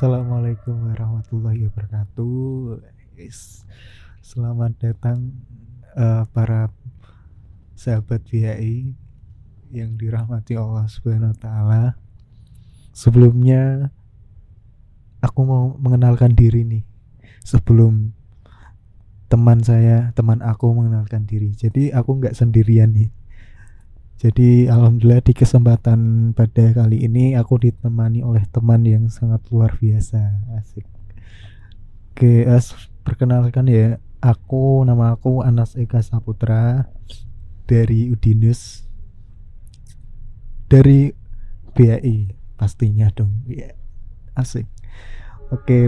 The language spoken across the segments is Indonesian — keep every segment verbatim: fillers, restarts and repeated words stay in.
Assalamualaikum warahmatullahi wabarakatuh. Guys, selamat datang uh, para sahabat B H I yang dirahmati Allah Subhanahu wa taala. Sebelumnya aku mau mengenalkan diri nih. Sebelum teman saya, teman aku mengenalkan diri. Jadi aku nggak sendirian nih. Jadi alhamdulillah di kesempatan pada kali ini aku ditemani oleh teman yang sangat luar biasa. Asik. Oke, as, perkenalkan ya, aku nama aku Anas Eka Saputra dari Udinus, dari B H I pastinya dong. Ya, asik. Oke,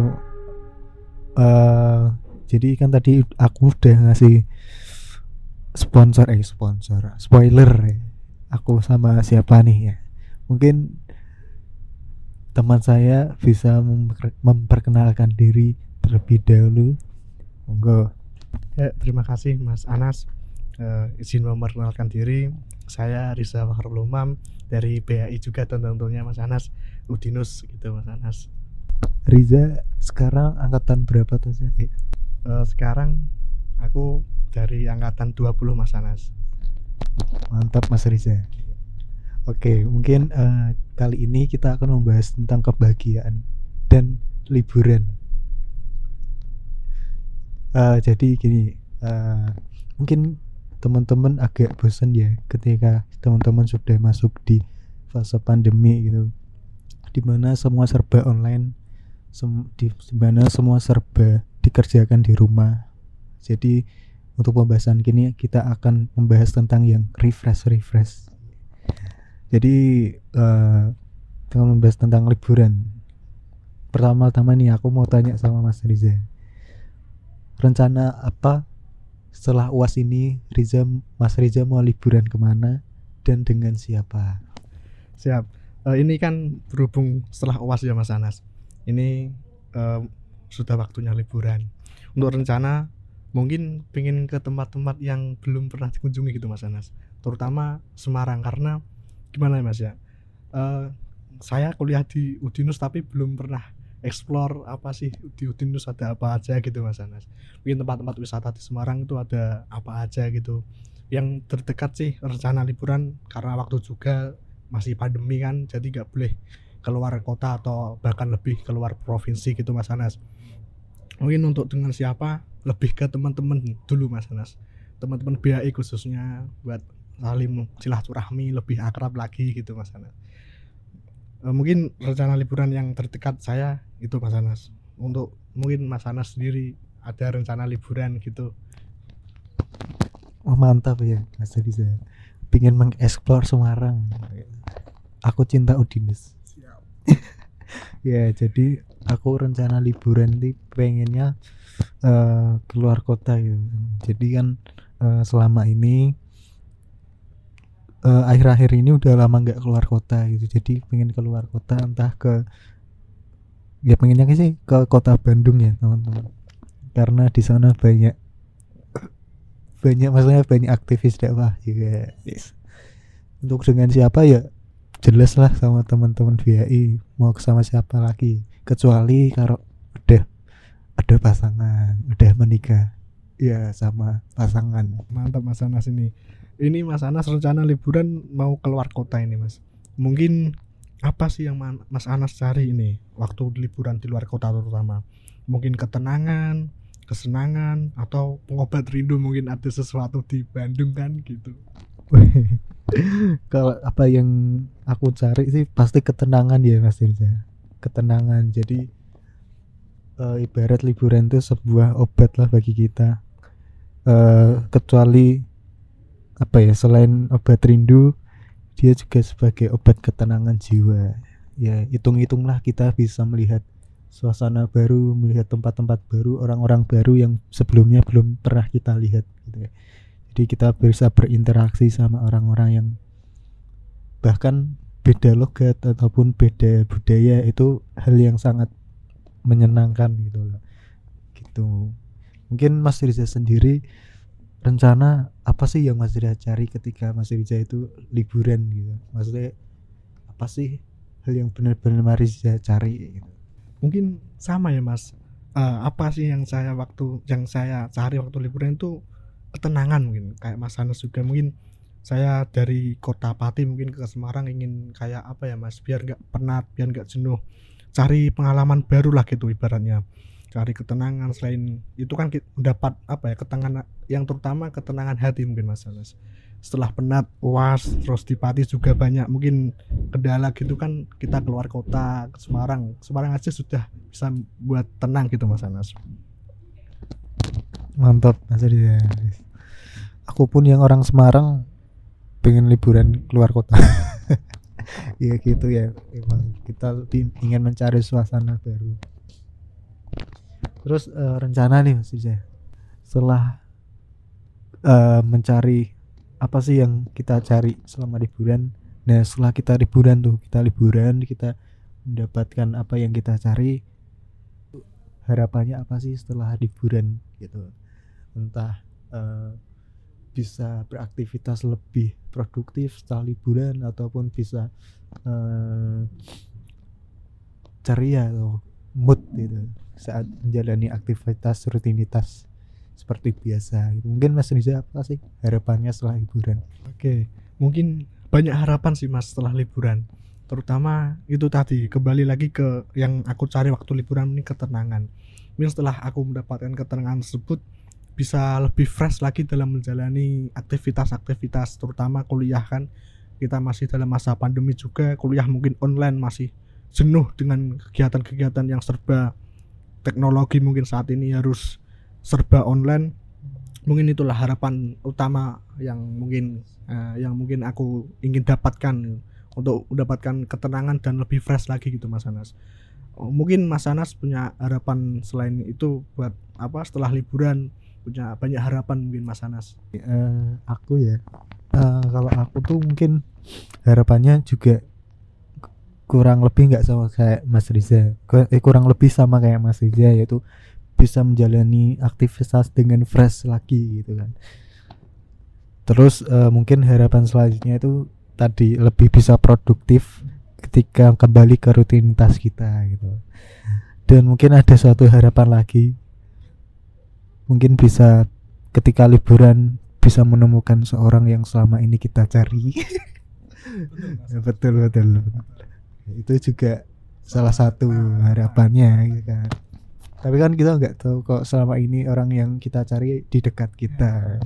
uh, jadi kan tadi aku udah ngasih sponsor eh sponsor spoiler ya. Aku sama siapa nih ya? Mungkin teman saya bisa memper- memperkenalkan diri terlebih dahulu. Monggo. Ya, terima kasih Mas Anas. Uh, izin memperkenalkan diri. Saya Riza Fakhrul Umam dari B H I juga, tentunya Mas Anas, Udinus gitu Mas Anas. Riza sekarang angkatan berapa tuh sih? Uh, sekarang aku dari angkatan dua puluh Mas Anas. Mantap Mas Riza. Oke, mungkin uh, kali ini kita akan membahas tentang kebahagiaan dan liburan. Uh, jadi gini, uh, mungkin teman-teman agak bosan ya ketika teman-teman sudah masuk di fase pandemi gitu, dimana semua serba online, sem- di mana semua serba dikerjakan di rumah. Jadi untuk pembahasan kini kita akan membahas tentang yang refresh refresh. Jadi uh, kita membahas tentang liburan. Pertama-tama nih aku mau tanya sama Mas Riza. Rencana apa setelah U A S ini? Riza, Mas Riza mau liburan kemana dan dengan siapa? Siap. Uh, ini kan berhubung setelah U A S ya Mas Anas. Ini uh, sudah waktunya liburan. Untuk rencana mungkin pengen ke tempat-tempat yang belum pernah dikunjungi gitu Mas Anas, terutama Semarang. Karena gimana ya Mas ya, uh, saya kuliah di Udinus tapi belum pernah explore apa sih di Udinus ada apa aja gitu Mas Anas. Mungkin tempat-tempat wisata di Semarang itu ada apa aja gitu. Yang terdekat sih rencana liburan, karena waktu juga masih pandemi kan, jadi nggak boleh keluar kota atau bahkan lebih keluar provinsi gitu Mas Anas. Mungkin untuk dengan siapa, lebih ke teman-teman dulu Mas Anas, teman-teman B H I khususnya, buat saling silaturahmi lebih akrab lagi gitu Mas Anas. E, mungkin rencana liburan yang terdekat saya itu Mas Anas. Untuk mungkin Mas Anas sendiri ada rencana liburan gitu? Oh, mantap ya Mas Riza, pengen mengeksplor Semarang. Aku cinta Udinus. Siap. Ya, jadi aku rencana liburan nih pengennya uh, keluar kota gitu. Jadi kan uh, selama ini uh, akhir-akhir ini udah lama nggak keluar kota gitu. Jadi pengen keluar kota, entah ke ya pengennya sih ke kota Bandung ya teman-teman. Karena di sana banyak banyak maksudnya banyak aktivis dakwah juga. Yes. Untuk dengan siapa ya jelas lah sama teman-teman B H I, mau sama siapa lagi kecuali kalau udah ada pasangan, udah menikah ya sama pasangan. Mantap Mas Anas. Ini ini Mas Anas rencana liburan mau keluar kota ini Mas. Mungkin apa sih yang Mas Anas cari ini waktu liburan di luar kota, terutama mungkin ketenangan, kesenangan, atau pengobat rindu? Mungkin ada sesuatu di Bandung kan gitu. Kalau apa yang aku cari sih pasti ketenangan ya Mas Riza. Ketenangan. Jadi uh, ibarat liburan itu sebuah obat lah bagi kita. Uh, kecuali apa ya, selain obat rindu, dia juga sebagai obat ketenangan jiwa. Ya, hitung-hitunglah kita bisa melihat suasana baru, melihat tempat-tempat baru, orang-orang baru yang sebelumnya belum pernah kita lihat gitu ya. Jadi kita bisa berinteraksi sama orang-orang yang bahkan beda logat ataupun beda budaya, itu hal yang sangat menyenangkan gitu loh. Gitu. Mungkin Mas Riza sendiri rencana apa sih yang Mas Riza cari ketika Mas Riza itu liburan gitu? Maksudnya apa sih hal yang benar-benar Mas Riza cari gitu? mungkin sama ya Mas. Eh, apa sih yang saya waktu yang saya cari waktu liburan itu ketenangan, mungkin kayak Mas Hanes juga. Mungkin saya dari kota Pati mungkin ke Semarang ingin kayak apa ya Mas, biar nggak penat, biar nggak jenuh, cari pengalaman baru lah gitu ibaratnya, cari ketenangan. Selain itu kan kita dapat apa ya, ketenangan yang terutama ketenangan hati mungkin Mas Hanes. Setelah penat uas terus di Pati juga banyak mungkin kendala gitu kan, kita keluar kota ke Semarang Semarang aja sudah bisa buat tenang gitu Mas Hanes. Mantap Mas Riza. Aku pun yang orang Semarang pengen liburan keluar kota. Ya gitu ya, emang kita lebih ingin mencari suasana baru. Terus uh, rencana nih Mas Riza, setelah uh, mencari apa sih yang kita cari selama liburan. Nah setelah kita liburan tuh, kita liburan kita mendapatkan apa yang kita cari, harapannya apa sih setelah liburan gitu. Entah uh, bisa beraktivitas lebih produktif setelah liburan, ataupun bisa uh, ceria atau mood gitu saat menjalani aktivitas rutinitas seperti biasa gitu. Mungkin Mas Riza apa sih harapannya setelah liburan? Oke, mungkin banyak harapan sih Mas setelah liburan. Terutama itu tadi, kembali lagi ke yang aku cari waktu liburan ini, ketenangan. Mungkin setelah aku mendapatkan ketenangan tersebut, bisa lebih fresh lagi dalam menjalani aktivitas-aktivitas, terutama kuliah kan. Kita masih dalam masa pandemi juga, kuliah mungkin online, masih jenuh dengan kegiatan-kegiatan yang serba teknologi, mungkin saat ini harus serba online. Mungkin itulah harapan utama yang mungkin uh, yang mungkin aku ingin dapatkan untuk mendapatkan ketenangan dan lebih fresh lagi gitu Mas Anas. Oh, mungkin Mas Anas punya harapan selain itu buat apa setelah liburan, punya banyak harapan mungkin Mas Anas. Uh, aku ya uh, kalau aku tuh mungkin harapannya juga kurang lebih nggak sama kayak Mas Riza, eh, kurang lebih sama kayak Mas Riza, yaitu bisa menjalani aktivitas dengan fresh lagi gitu kan. Terus uh, mungkin harapan selanjutnya itu tadi lebih bisa produktif ketika kembali ke rutinitas kita gitu. Dan mungkin ada suatu harapan lagi, mungkin bisa ketika liburan bisa menemukan seorang yang selama ini kita cari. betul, betul betul itu juga salah satu harapannya gitu kan. Tapi kan kita nggak tahu kok selama ini orang yang kita cari di dekat kita.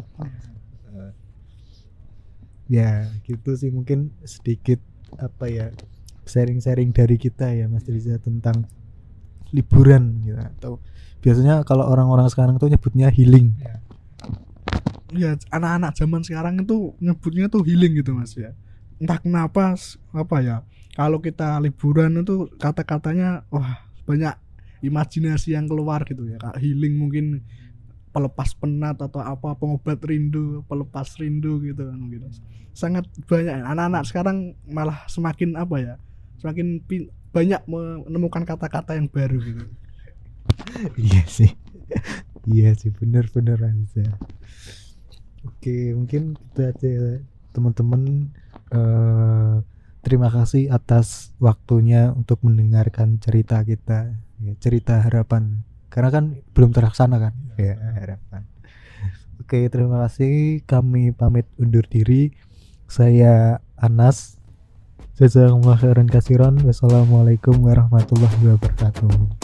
Ya gitu sih, mungkin sedikit apa ya, sharing-sharing dari kita ya Mas Riza tentang liburan gitu. Atau biasanya kalau orang-orang sekarang tuh nyebutnya healing. Ya anak-anak zaman sekarang itu nyebutnya tuh healing gitu Mas ya. Entah kenapa apa ya, kalau kita liburan itu kata-katanya wah banyak imajinasi yang keluar gitu ya. Kayak healing mungkin pelepas penat atau apa, pengobat rindu, pelepas rindu gitu kan mungkin. Sangat banyak anak-anak sekarang malah semakin apa ya, semakin pin- banyak menemukan kata-kata yang baru gitu. Iya sih. Iya sih, benar-benar aja. Oke, mungkin itu aja teman-teman. Uh, terima kasih atas waktunya untuk mendengarkan cerita kita ya, cerita harapan, karena kan belum terlaksana kan ya, harapan. Oke, terima kasih, kami pamit undur diri. Saya Anas, jazakumullah khairan katsiran. Wassalamualaikum warahmatullahi wabarakatuh.